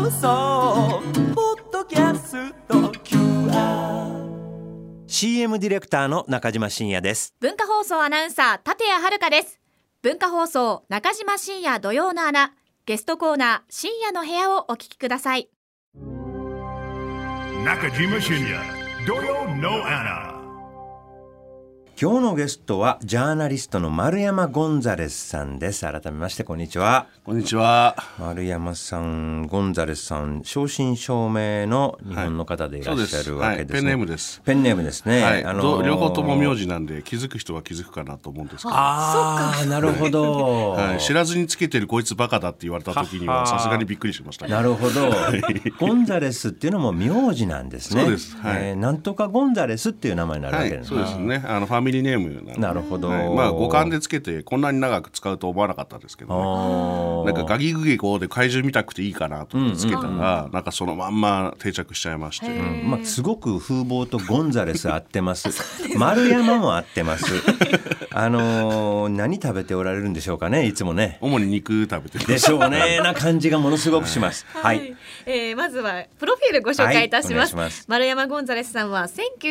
放送ポッドキャスト QR CM ディレクターの中島真也です。 文化放送アナウンサー立谷遥です。文化放送中島真也土曜の穴、ゲストコーナー深夜の部屋をお聞きください。 中島真也土曜の穴。 今日のゲストはジャーナリストの丸山ゴンザレスさんです。改めましてこんにちは。 こんにちは。 丸山さん、ゴンザレスさん、正真正銘の日本の方でいらっしゃるわけですね。 ペンネームです。 ペンネームですね。 はい、両方とも名字なんで気づく人は気づくかなと思うんですけど。 ああ、なるほど、 はい、知らずにつけてるこいつバカだって言われた時にはさすがにびっくりしました、ね。 なるほど。ゴンザレスっていうのも名字なんですね。 そうです。はい、 なんとかゴンザレスっていう名前になるわけですね。 はい、そうですね。ファミリーネームなんで。 なるほど、 はい、まあ五感でつけてこんなに長く使うと思わなかったですけどね。なんかガギグゲゴで怪獣見たくていいかなと思ってつけたら、なんかそのまんま定着しちゃいまして、 まあ、すごく風貌とゴンザレス合ってます丸山も合ってます何食べておられるんでしょうかね。いつもね主に肉食べてるでしょうねな感じがものすごくします。はい、 まずはプロフィールご紹介いたします。 はい、お願いします。 丸山ゴンザレスさんは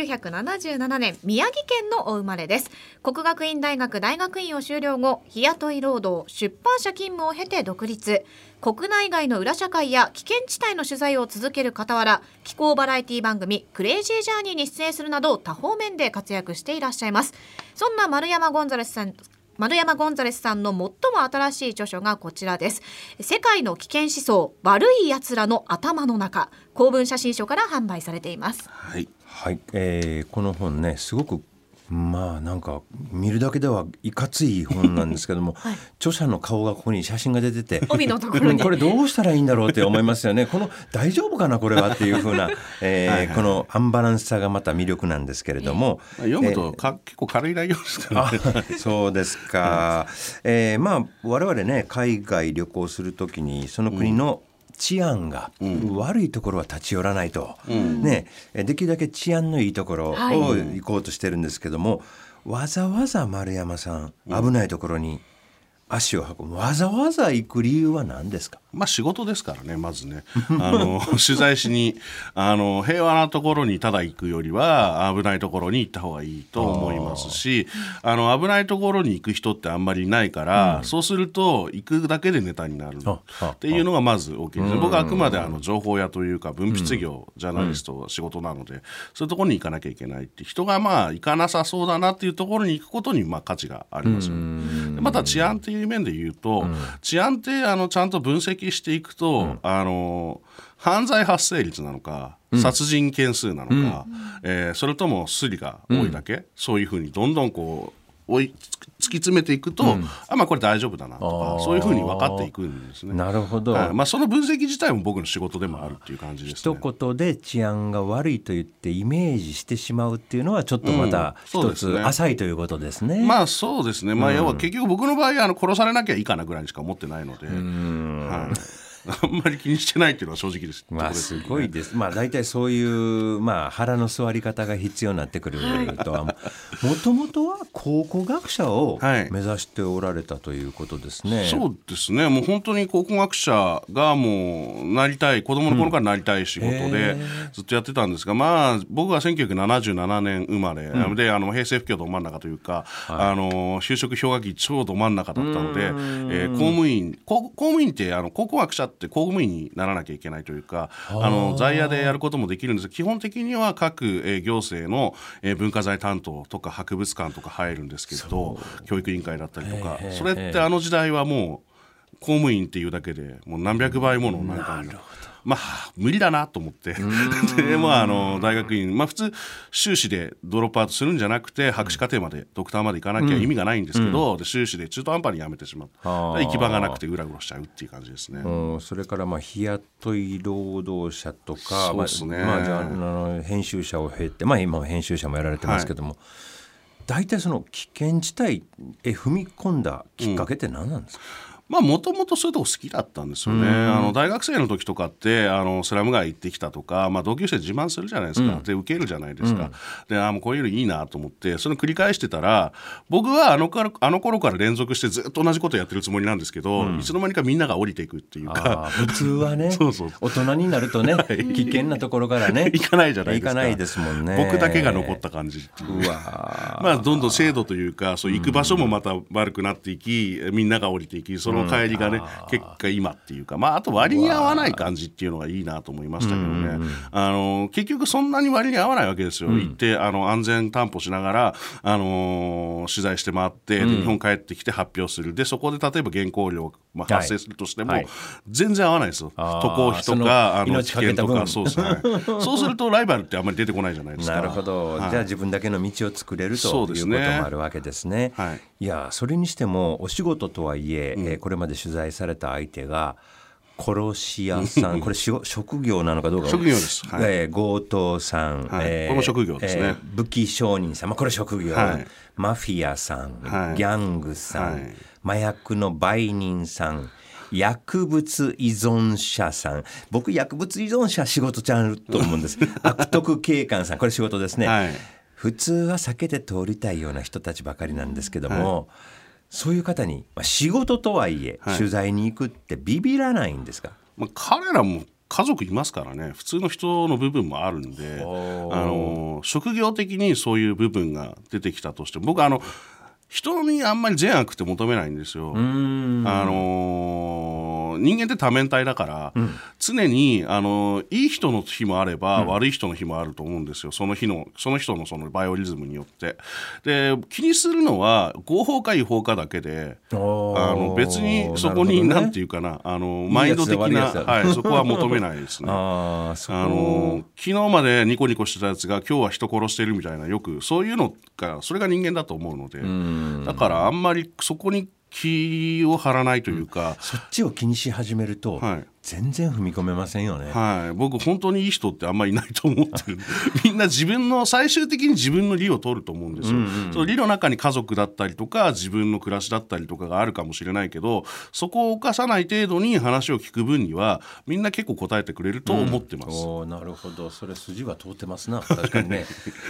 1977年宮城県のお生まれです。国学院大学大学院を修了後、日雇い労働、出版社勤務を経て独立。国内外の裏社会や危険地帯の取材を続ける傍ら、気候バラエティ番組クレイジージャーニーに出演するなど多方面で活躍していらっしゃいます。そんな丸山ゴンザレスさんの最も新しい著書がこちらです。世界の危険思想、悪い奴らの頭の中、公文写真書から販売されています。 はい、 はい、この本ねすごくまあなんか見るだけではいかつい本なんですけども、はい、著者の顔がここに写真が出てて帯のところにこれどうしたらいいんだろうって思いますよね。この大丈夫かなこれはっていう風な、このアンバランスさがまた魅力なんですけれども、 読むと結構軽い内容ですからね。 そうですか。まあ我々ね海外旅行するときにその国の治安が悪いところは立ち寄らないと、ね、できるだけ治安のいいところを行こうとしてるんですけども、わざわざ丸山さん危ないところに足を運ぶ、わざわざ行く理由は何ですか。 まあ仕事ですからね。まずね取材しに平和なところにただ行くよりは危ないところに行った方がいいと思いますし、危ないところに行く人ってあんまりいないから、そうすると行くだけでネタになるっていうのがまず大きいです。僕はあくまで情報屋というか文筆業、ジャーナリスト仕事なので、そういうところに行かなきゃいけないって人がまあ行かなさそうだなっていうところに行くことにまあ価値がありますよね。また治安っていう面で言うと、治安ってちゃんと分析していくと、犯罪発生率なのか、殺人件数なのか、それともスリが多いだけ、そういうふうにどんどんこう突き詰めていくと、まあこれ大丈夫だなとか、そういうふうに分かっていくんですね。 なるほど。 まあ、その分析自体も僕の仕事でもあるっていう感じですね。 一言で治安が悪いと言ってイメージしてしまうっていうのはちょっとまた一つ浅いということですね。 まあそうですね。まあ要は結局僕の場合殺されなきゃいいかなぐらいにしか思ってないので、あんまり気にしてないっていうのは正直です。 まあすごいです。まあ大体そういう腹の座り方が必要になってくるとは、もともとは考古学者を目指しておられたということですね。 そうですね。もう本当に考古学者がもうなりたい、子供の頃からなりたい仕事でずっとやってたんですが、まあ僕は1977年生まれ、で平成不況ど真ん中というか、就職氷河期超ど真ん中だったので、公務員って考古学者って公務員にならなきゃいけないというか、在野でやることもできるんですが、基本的には各行政の文化財担当とか博物館とか入るんですけど、教育委員会だったりとか、それって時代はもう公務員っていうだけでもう何百倍ものなんかまあ無理だなと思ってで、大学院、普通修士でドロップアウトするんじゃなくて博士課程までドクターまで行かなきゃ意味がないんですけど、で修士で中途半端に辞めてしまう、行き場がなくてグラグラしちゃうっていう感じですね。 それから日雇い労働者とか、 そうですね。 じゃあ編集者を経て、今編集者もやられてますけども、大体その危険地帯へ踏み込んだきっかけって何なんですか。 もともとそういうとこ好きだったんですよね。大学生の時とかってスラム街行ってきたとか、同級生自慢するじゃないですか、で受けるじゃないですか、でもうこういうのいいなと思ってそれを繰り返してたら、僕はあの頃から連続してずっと同じことやってるつもりなんですけど、いつの間にかみんなが降りていくっていうか、 普通はねそう大人になるとね危険なところからね行かないじゃないですか。 行かないですもんね。 僕だけが残った感じっていううわどんどん制度というか、そう行く場所もまた悪くなっていき、みんなが降りていき、その帰りがね、結果今っていうか、あと割に合わない感じっていうのがいいなと思いましたけどね。結局そんなに割に合わないわけですよ。行って安全担保しながら、取材して回って、で日本帰ってきて発表する。でそこで例えば原稿料、発生するとしても、全然合わないですよ。渡航費とか危険とか、そうするとライバルってあんまり出てこないじゃないですか。 なるほど、じゃあ自分だけの道を作れるということもあるわけですね。いやそれにしてもお仕事とはいえ、これまで取材された相手が殺し屋さんこれ職業なのかどうか。 職業です、 強盗さん、 これも職業ですね。 武器商人さん、これ職業、マフィアさん、ギャングさん、麻薬の売人さん、薬物依存者さん。僕薬物依存者仕事ちゃうと思うんです悪徳警官さん、これ仕事ですね、普通は避けて通りたいような人たちばかりなんですけども、そういう方に、仕事とはいえ、取材に行くってビビらないんですか？ 彼らも家族いますからね、普通の人の部分もあるんで、職業的にそういう部分が出てきたとしても、僕人にあんまり善悪って求めないんですよ。人間って多面体だから、常にいい人の日もあれば、悪い人の日もあると思うんですよ。その人のそのバイオリズムによって。で気にするのは合法か違法かだけで、別にそこに何て言うかな、マインド的な、そこは求めないですね。昨日までニコニコしてたやつが今日は人殺してるみたいな、よくそういうのが、それが人間だと思うので、だからあんまりそこに気を張らないというか、 そっちを気にし始めると、全然踏み込めませんよね。 僕本当にいい人ってあんまりいないと思ってるみんな最終的に自分の利を取ると思うんですよ。その利の中に家族だったりとか自分の暮らしだったりとかがあるかもしれないけど、そこを犯さない程度に話を聞く分にはみんな結構答えてくれると思ってます。 なるほど、それ筋は通ってますな。確かにね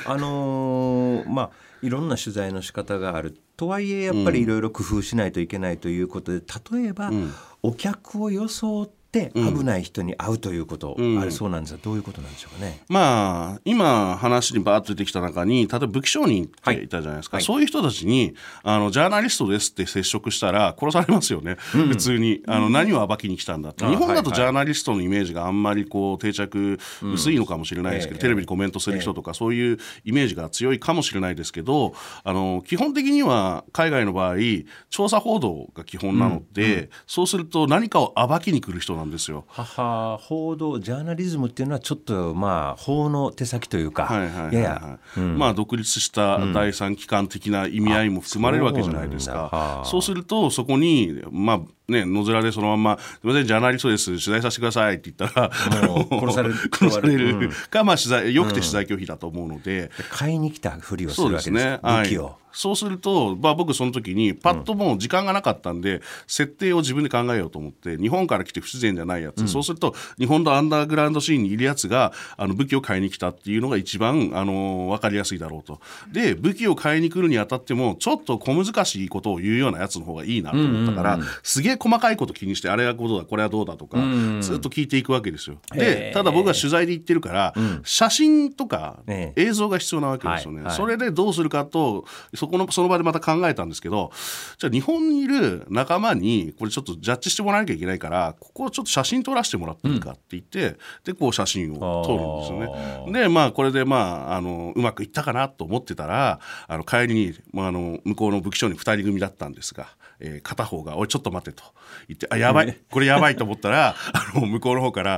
いろんな取材の仕方があるとはいえ、やっぱりいろいろ工夫しないといけないということで、例えば、お客を装って危ない人に会うということ、あれそうなんですが、どういうことなんでしょうかね。 今話にバーッと出てきた中に、例えば武器商人っていたじゃないですか、そういう人たちにジャーナリストですって接触したら殺されますよね、普通に何を暴きに来たんだって。日本だとジャーナリストのイメージがあんまり定着薄いのかもしれないですけど、テレビでコメントする人とか、そういうイメージが強いかもしれないですけど、基本的には海外の場合調査報道が基本なので、そうすると何かを暴きに来る人なんですよ。 報道ジャーナリズムっていうのはちょっと法の手先というか、 独立した第三機関的な意味合いも含まれるわけじゃないですか。そうするとそこに野面でそのまま「すみませんジャーナリストです取材させてください」って言ったら殺されるか、よくて取材拒否だと思うので、 買いに来たふりをするわけです、武器を。 そうすると、僕その時にパッともう時間がなかったんで、設定を自分で考えようと思って、日本から来て不自然じゃないやつ、そうすると日本のアンダーグラウンドシーンにいるやつが武器を買いに来たっていうのが一番分かりやすいだろうと。で武器を買いに来るにあたってもちょっと小難しいことを言うようなやつの方がいいなと思ったから、すげえ細かいこと気にして、あれはこうだこれはどうだとか、ずっと聞いていくわけですよ。でただ僕は取材で行ってるから、写真とか映像が必要なわけですよね。それでどうするかと、その場でまた考えたんですけど、じゃあ日本にいる仲間にこれちょっとジャッジしてもらわなきゃいけないから、ここをちょっと写真撮らせてもらっていいかって言って、で写真を撮るんですよね。でこれでうまくいったかなと思ってたら、帰りに、向こうの武器商人2人組だったんですが、片方が「おいちょっと待て」と言って、やばいこれやばいと思ったら向こうの方から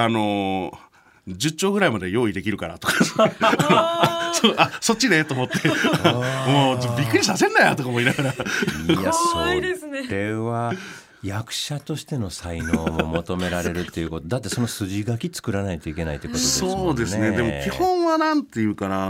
10兆ぐらいまで用意できるからとかそっちねと思ってもうびっくりさせんなよとか思いながらいやそれは役者としての才能も求められるっていうことだって、その筋書き作らないといけないということですもんね。 そうですね。でも基本はなんていうかな、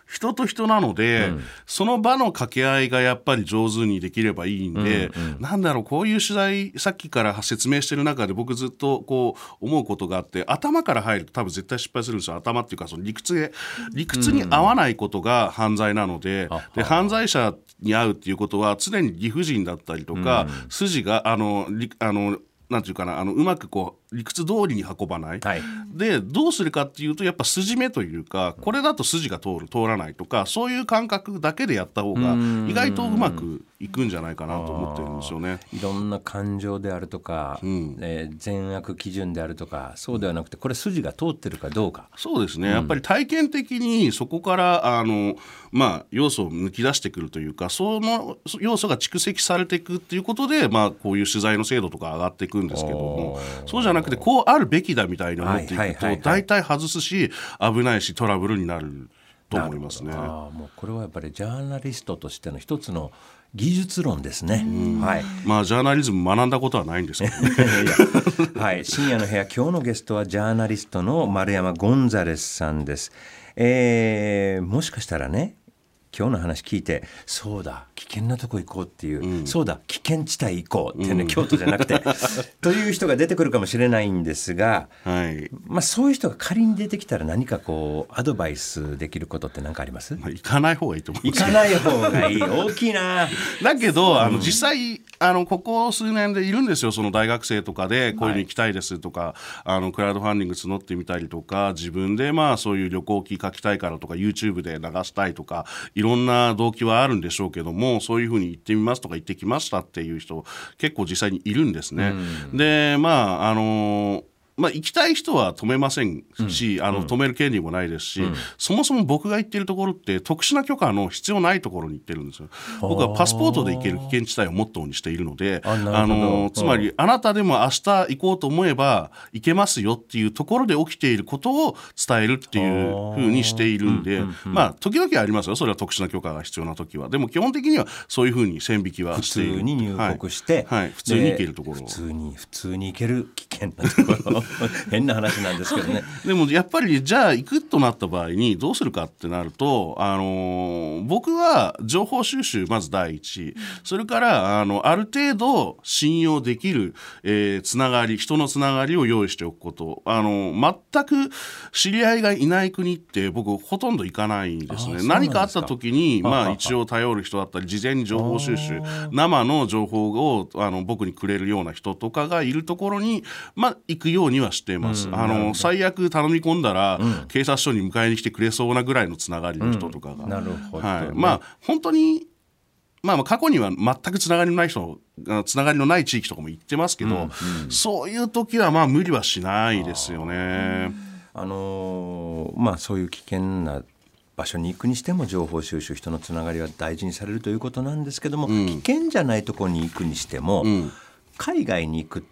人と人なので、その場の掛け合いがやっぱり上手にできればいいんで、なんだろう、こういう取材さっきから説明してる中で僕ずっとこう思うことがあって、頭から入ると多分絶対失敗するんですよ。頭っていうかその理屈に合わないことが犯罪なので、犯罪者に会うっていうことは常に理不尽だったりとか、筋がなんていうかな、うまくこう理屈通りに運ばない、でどうするかっていうと、やっぱ筋目というか、これだと筋が通らないとか、そういう感覚だけでやった方が意外とうまくいくんじゃないかなと思ってるんですよね。 いろんな感情であるとか、善悪基準であるとか、そうではなくて、これ筋が通ってるかどうか。 そうですね、やっぱり体験的にそこから要素を抜き出してくるというか、その要素が蓄積されていくっていうことで、こういう取材の精度とか上がっていくんですけども、そうじゃなくてこうあるべきだみたいに思っていくと、大体外すし危ないしトラブルになると思いますね。 もうこれはやっぱりジャーナリストとしての一つの技術論ですね。ジャーナリズム学んだことはないんですけど、ね、 深夜の部屋、今日のゲストはジャーナリストの丸山ゴンザレスさんです。もしかしたらね、今日の話聞いて、そうだ危険なとこ行こうっていう、そうだ危険地帯行こうってね、京都じゃなくてという人が出てくるかもしれないんですが、そういう人が仮に出てきたら何かこうアドバイスできることって何かあります？ 行かない方がいいと思います。 行かない方がいい。大きいな。 だけど実際ここ数年でいるんですよ。その大学生とかでこういうの行きたいですとか、クラウドファンディング募ってみたりとか、自分でそういう旅行記書きたいからとか YouTube で流したいとか、いろんな動機はあるんでしょうけども、そういうふうに行ってみますとか行ってきましたっていう人結構実際にいるんですね。で行きたい人は止めませんし、止める権利もないですし、そもそも僕が行ってるところって特殊な許可の必要ないところに行ってるんですよ。僕はパスポートで行ける危険地帯をモットーにしているので、つまりあなたでも明日行こうと思えば行けますよっていうところで起きていることを伝えるっていうふうにしているんで、時々ありますよ、それは特殊な許可が必要な時は。でも基本的にはそういうふうに線引きはしている。 普通に入国して、 普通に行けるところ、 普通に行ける危険なところ変な話なんですけどね。 でもやっぱりじゃあ行くとなった場合にどうするかってなると、僕は情報収集まず第一、それからある程度信用できる、つながり、人のつながりを用意しておくこと。全く知り合いがいない国って僕ほとんど行かないんですね。何かあった時に一応頼る人だったり、事前に情報収集、生の情報を僕にくれるような人とかがいるところに行くようにはしています。最悪頼み込んだら、警察署に迎えに来てくれそうなぐらいのつながりの人とかが、 なるほど、 本当に過去には全くつながりのない人、つながりのない地域とかも行ってますけど、そういう時は無理はしないですよね。 そういう危険な場所に行くにしても情報収集、人のつながりは大事にされるということなんですけども、危険じゃないところに行くにしても、海外に行くって、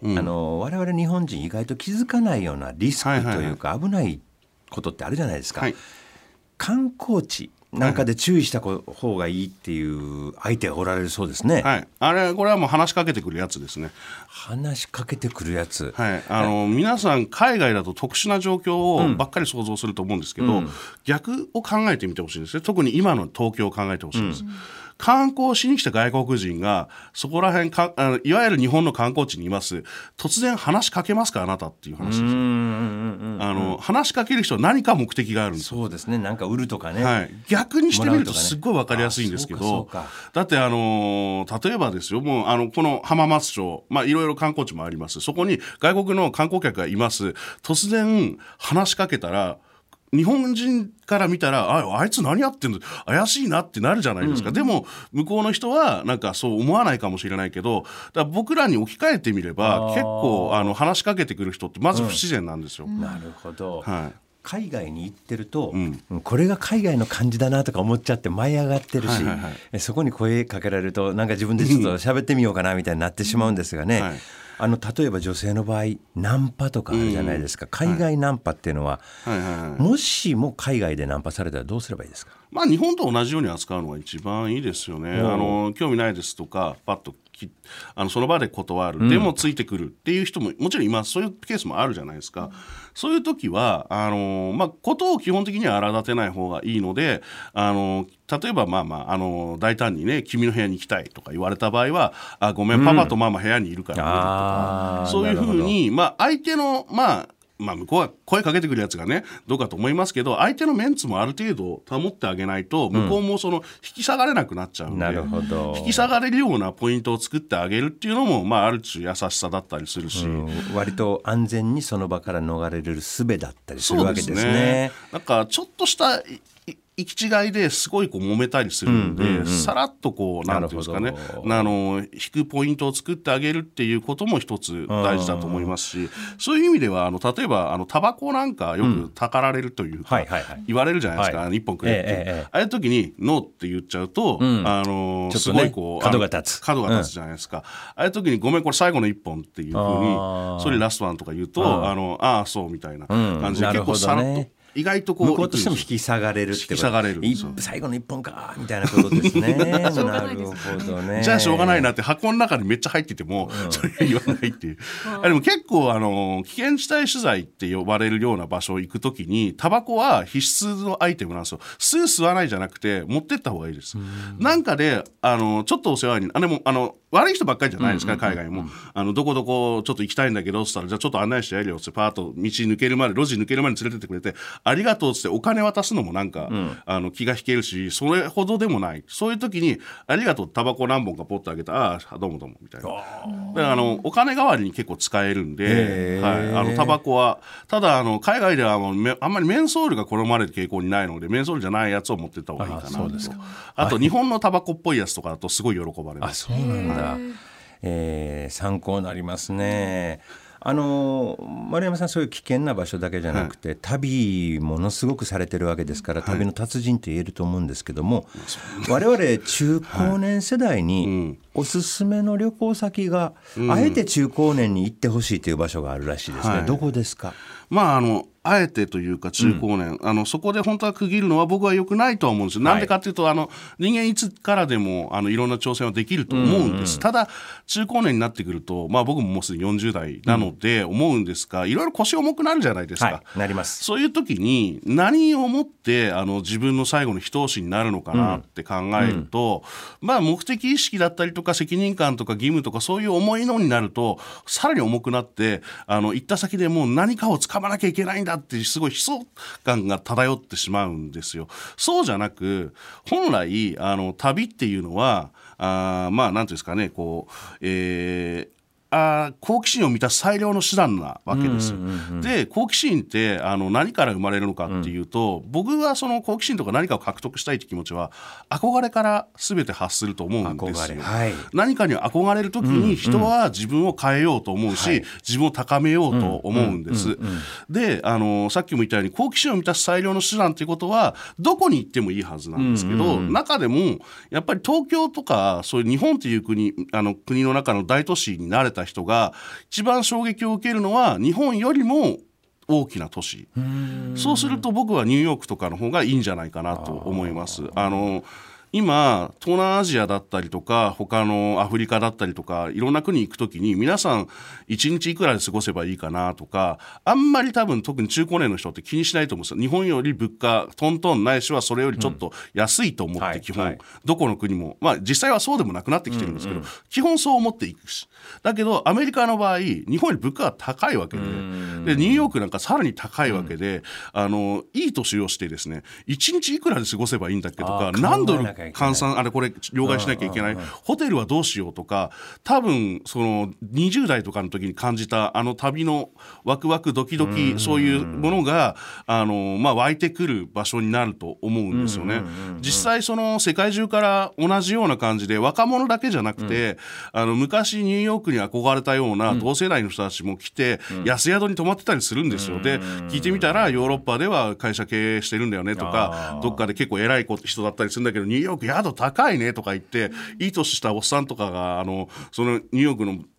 我々日本人意外と気づかないようなリスクというか、危ないことってあるじゃないですか。観光地なんかで注意した方がいいっていう相手がおられるそうですね。 これはもう話しかけてくるやつですね。 話しかけてくるやつ、 皆さん海外だと特殊な状況をばっかり想像すると思うんですけど、逆を考えてみてほしいんですね。特に今の東京を考えてほしいんです。観光しに来た外国人がそこら辺いわゆる日本の観光地にいます。突然話しかけますかあなたっていう話です。話しかける人は何か目的があるんですよ。 そうですね、なんか売るとかね、 逆にしてみるとすっごい分かりやすいんですけど、だって例えばですよ、もうこの浜松町、いろいろ観光地もあります。そこに外国の観光客がいます。突然話しかけたら、日本人から見たら あいつ何やってんの怪しいなってなるじゃないですか。でも向こうの人はなんかそう思わないかもしれないけど、だから僕らに置き換えてみれば結構話しかけてくる人ってまず不自然なんですよ。 なるほど、海外に行ってると、これが海外の感じだなとか思っちゃって舞い上がってるし、そこに声かけられるとなんか自分でちょっと喋ってみようかなみたいになってしまうんですがね、例えば女性の場合ナンパとかあるじゃないですか。海外ナンパっていうのは、もしも海外でナンパされたらどうすればいいですか？ まあ、日本と同じように扱うのが一番いいですよね。興味ないですとかパッとその場で断る、でもついてくるっていう人ももちろん今そういうケースもあるじゃないですか。そういう時はことを基本的には荒立てない方がいいので、例えば大胆にね君の部屋に行きたいとか言われた場合はごめんパパとママ部屋にいるから見るとか、そういうふうに相手の向こうは声かけてくるやつがねどうかと思いますけど、相手のメンツもある程度保ってあげないと向こうも引き下がれなくなっちゃうんで、 なるほど、 引き下がれるようなポイントを作ってあげるっていうのも、ある種優しさだったりするし、 割と安全にその場から逃れる術だったりするわけですね。 そうですね。なんかちょっとした行き違いですごい揉めたりするんで、さらっとなんていうんですかね、引くポイントを作ってあげるっていうことも一つ大事だと思いますし、そういう意味では例えばタバコなんかよくたかられるというか、言われるじゃないですか、一本くれって、ああいう時にノーって言っちゃうと、すごい角が立つじゃないですか。ああいう時にごめんこれ最後の一本っていうふうにそれラストワンとか言うとああそうみたいな感じで結構さらっと意外と向こうとしても引き下がれるってこと、最後の一本かみたいなことですね。なるほどね。 じゃあしょうがないなって箱の中にめっちゃ入ってても、それ言わないっていうでも結構危険地帯取材って呼ばれるような場所行くときにタバコは必須のアイテムなんですよ。吸わないじゃなくて持ってった方がいいです。なんかでちょっとお世話にでも悪い人ばっかりじゃないですか、海外もどこどこちょっと行きたいんだけどって言ったら、じゃあちょっと案内してやるよってパーッと路地抜けるまで連れてってくれてありがとうってお金渡すのもなんか、気が引けるし、それほどでもない。そういう時にありがとうタバコ何本かポッとあげたらどうもどうもみたいな。だからお金代わりに結構使えるんで、タバコはただ海外ではあんまりメンソールが好まれる傾向にないのでメンソールじゃないやつを持ってった方がいいかなと。あと日本のタバコっぽいやつとかだとすごい喜ばれます。 そうなんだ。参考になりますね。丸山さんそういう危険な場所だけじゃなくて、旅ものすごくされてるわけですから、旅の達人って言えると思うんですけども、我々中高年世代におすすめの旅行先が、あえて中高年に行ってほしいという場所があるらしいですね。どこですか？ あえてというか中高年、そこで本当は区切るのは僕は良くないとは思うんですよ。なんでかっていうと人間いつからでもいろんな挑戦はできると思うんです。ただ中高年になってくると、僕ももうすでに40代なので思うんですが、いろいろ腰重くなるじゃないですか。 なります。 そういう時に何をもって自分の最後の一押しになるのかなって考えると、目的意識だったりとか責任感とか義務とかそういう重いのになるとさらに重くなって行った先でもう何かをつかまなきゃいけないんだってすごい悲壮感が漂ってしまうんですよ。そうじゃなく本来旅っていうのはなんていうんですかね好奇心を満たす最良の手段なわけですよ。で好奇心って何から生まれるのかっていうと、僕はその好奇心とか何かを獲得したいって気持ちは憧れから全て発すると思うんですよ。何かに憧れる時に人は自分を変えようと思うし、自分を高めようと思うんです。でさっきも言ったように好奇心を満たす最良の手段っていうことはどこに行ってもいいはずなんですけど、中でもやっぱり東京とかそういう日本っていう国の中の大都市に慣れた人が一番衝撃を受けるのは日本よりも大きな都市。そうすると僕はニューヨークとかの方がいいんじゃないかなと思います。今東南アジアだったりとか他のアフリカだったりとかいろんな国行くときに皆さん1日いくらで過ごせばいいかなとかあんまり多分特に中高年の人って気にしないと思うんですよ。日本より物価トントンないしはそれよりちょっと安いと思って基本どこの国も実際はそうでもなくなってきてるんですけど基本そう思っていくし、だけどアメリカの場合日本より物価が高いわけでニューヨークなんかさらに高いわけでいい年をしてですね1日いくらで過ごせばいいんだっけとか何ドル換算これ両替しなきゃいけないホテルはどうしようとか多分その20代とかの時に感じた旅のワクワクドキドキそういうものが湧いてくる場所になると思うんですよね。実際その世界中から同じような感じで若者だけじゃなくて昔ニューヨークに憧れたような同世代の人たちも来て安宿に泊まってたりするんですよ。で聞いてみたらヨーロッパでは会社経営してるんだよねとかどっかで結構偉い人だったりするんだけどニューヨーク宿高いねとか言っていい年したおっさんとかがそのニューヨークの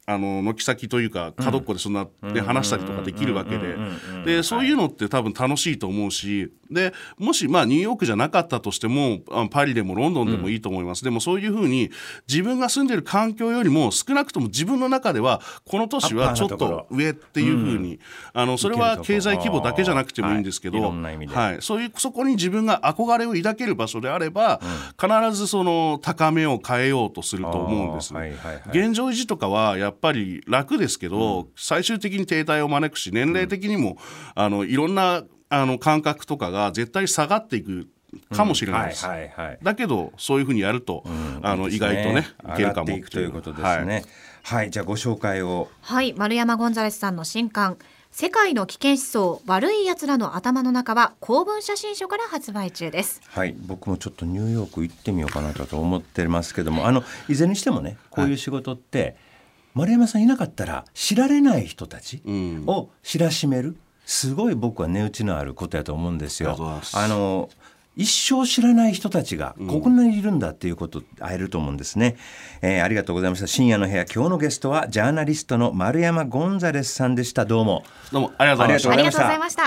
軒先というか角っこでそんなで話したりとかできるわけで、そういうのって多分楽しいと思うし、でもしニューヨークじゃなかったとしてもパリでもロンドンでもいいと思います。でもそういうふうに自分が住んでる環境よりも少なくとも自分の中ではこの都市はちょっと上っていうふうに、それは経済規模だけじゃなくてもいいんですけど、そこに自分が憧れを抱ける場所であれば、必ずその高めを変えようとすると思うんです。現状維持とかはやっぱり楽ですけど、最終的に停滞を招くし、年齢的にもいろんな感覚とかが絶対下がっていくかもしれないです。だけどそういうふうにやると、意外とねいけるかもということですね。じゃあご紹介を。 丸山ゴンザレスさんの新刊世界の危険思想悪い奴らの頭の中は公文写真書から発売中です。 僕もちょっとニューヨーク行ってみようかなと思ってますけども、いずれにしてもね、こういう仕事って、丸山さんいなかったら知られない人たちを知らしめる、すごい僕は値打ちのあることやと思うんですよ。一生知らない人たちがこんなにいるんだっていうこと会えると思うんですね。ありがとうございました。深夜の部屋、今日のゲストはジャーナリストの丸山ゴンザレスさんでした。どうもありがとうございました。 ありがとうございました。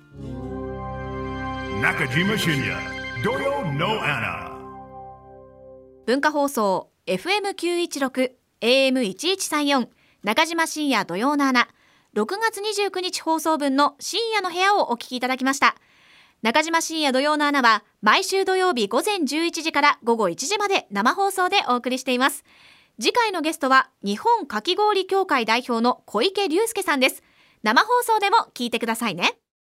中島深夜土曜のアナ、 文化放送 FM916 AM1134 中島深夜土曜のアナ、6月29日放送分の深夜の部屋をお聞きいただきました。中島深夜土曜のアナは毎週土曜日午前11時から午後1時まで生放送でお送りしています。次回のゲストは日本かき氷協会代表の小池隆介さんです。生放送でも聞いてくださいね。